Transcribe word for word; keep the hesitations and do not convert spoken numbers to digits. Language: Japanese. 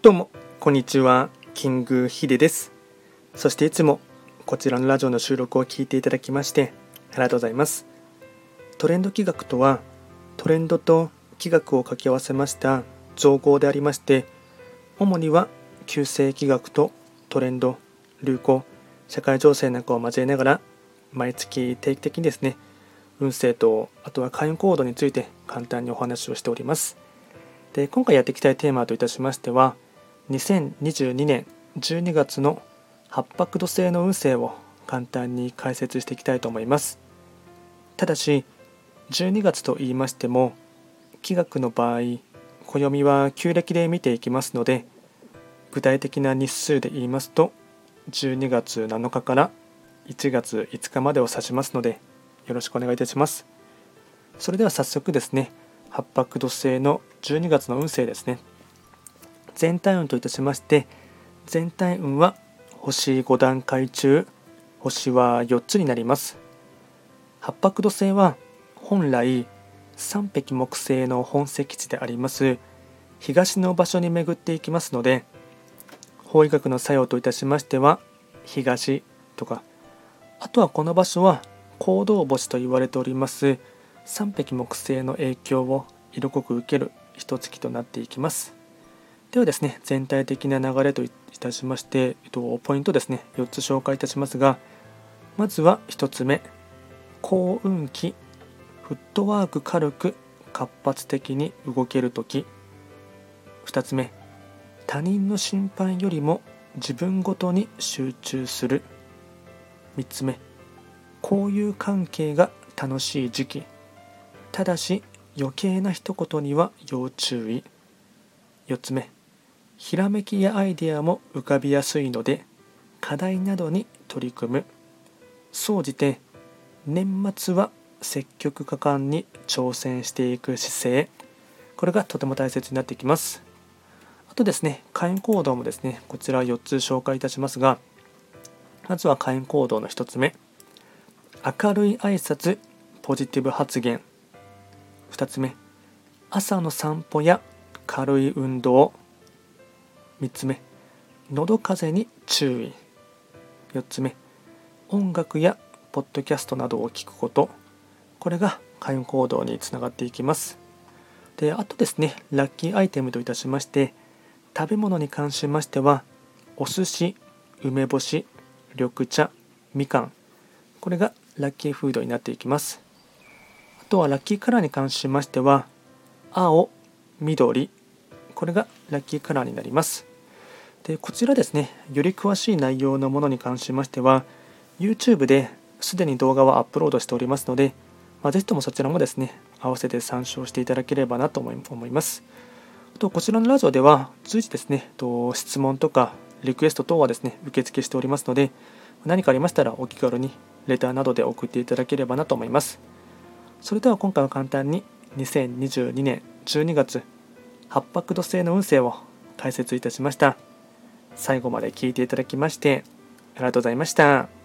どうもこんにちは、キングヒデです。そしていつもこちらのラジオの収録を聞いていただきましてありがとうございます。トレンド企画とは、トレンドと企画を掛け合わせました造語でありまして、主には旧世企画とトレンド、流行、社会情勢なんかを交えながら毎月定期的にですね、運勢とあとは開運行動について簡単にお話をしております。で、今回やっていきたいテーマといたしましては、にせんにじゅうにねんじゅうにがつの八白土星の運勢を簡単に解説していきたいと思います。ただしじゅうにがつと言いましても、気学の場合暦は旧暦で見ていきますので、具体的な日数で言いますとじゅうにがつなのかからいちがついつかまでを指しますので、よろしくお願いいたします。それでは早速ですね、八白土星のじゅうにがつの運勢ですね。全体運といたしまして、全体運は星ごだんかい中星はよっつになります。八白土星は本来三匹木星の本石地であります東の場所に巡っていきますので、法医学の作用といたしましては東とか、あとはこの場所は黄道星と言われております三匹木星の影響を色濃く受ける一月となっていきます。ではですね、全体的な流れといたしまして、えっと、ポイントですね、よっつ紹介いたしますが、まずはひとつめ、幸運期、フットワーク軽く活発的に動けるとき。ふたつめ、他人の心配よりも自分ごとに集中する。みっつめ、交友関係が楽しい時期、ただし余計な一言には要注意。よっつめ、ひらめきやアイデアも浮かびやすいので課題などに取り組む。総じて年末は積極果敢に挑戦していく姿勢、これがとても大切になってきます。あとですね、開運行動もですね、こちらよっつ紹介いたしますが、まずは開運行動のひとつめ、明るい挨拶、ポジティブ発言。ふたつめ、朝の散歩や軽い運動。みっつめ、喉風邪に注意。よっつめ、音楽やポッドキャストなどを聞くこと、これが開運行動につながっていきます。で、あとですね、ラッキーアイテムといたしまして、食べ物に関しましてはお寿司、梅干し、緑茶、みかん、これがラッキーフードになっていきます。あとはラッキーカラーに関しましては青、緑、これがラッキーカラーになります。で、こちらですね、より詳しい内容のものに関しましては YouTube ですでに動画はアップロードしておりますので、まあ、ぜひともそちらもですね、合わせて参照していただければなと思います。あと、こちらのラジオでは随時ですね、と質問とかリクエスト等はですね、受付しておりますので、何かありましたらお気軽にレターなどで送っていただければなと思います。それでは今回は簡単ににせんにじゅうにねんじゅうにがつ八白土星の運勢を解説いたしました。最後まで聞いていただきましてありがとうございました。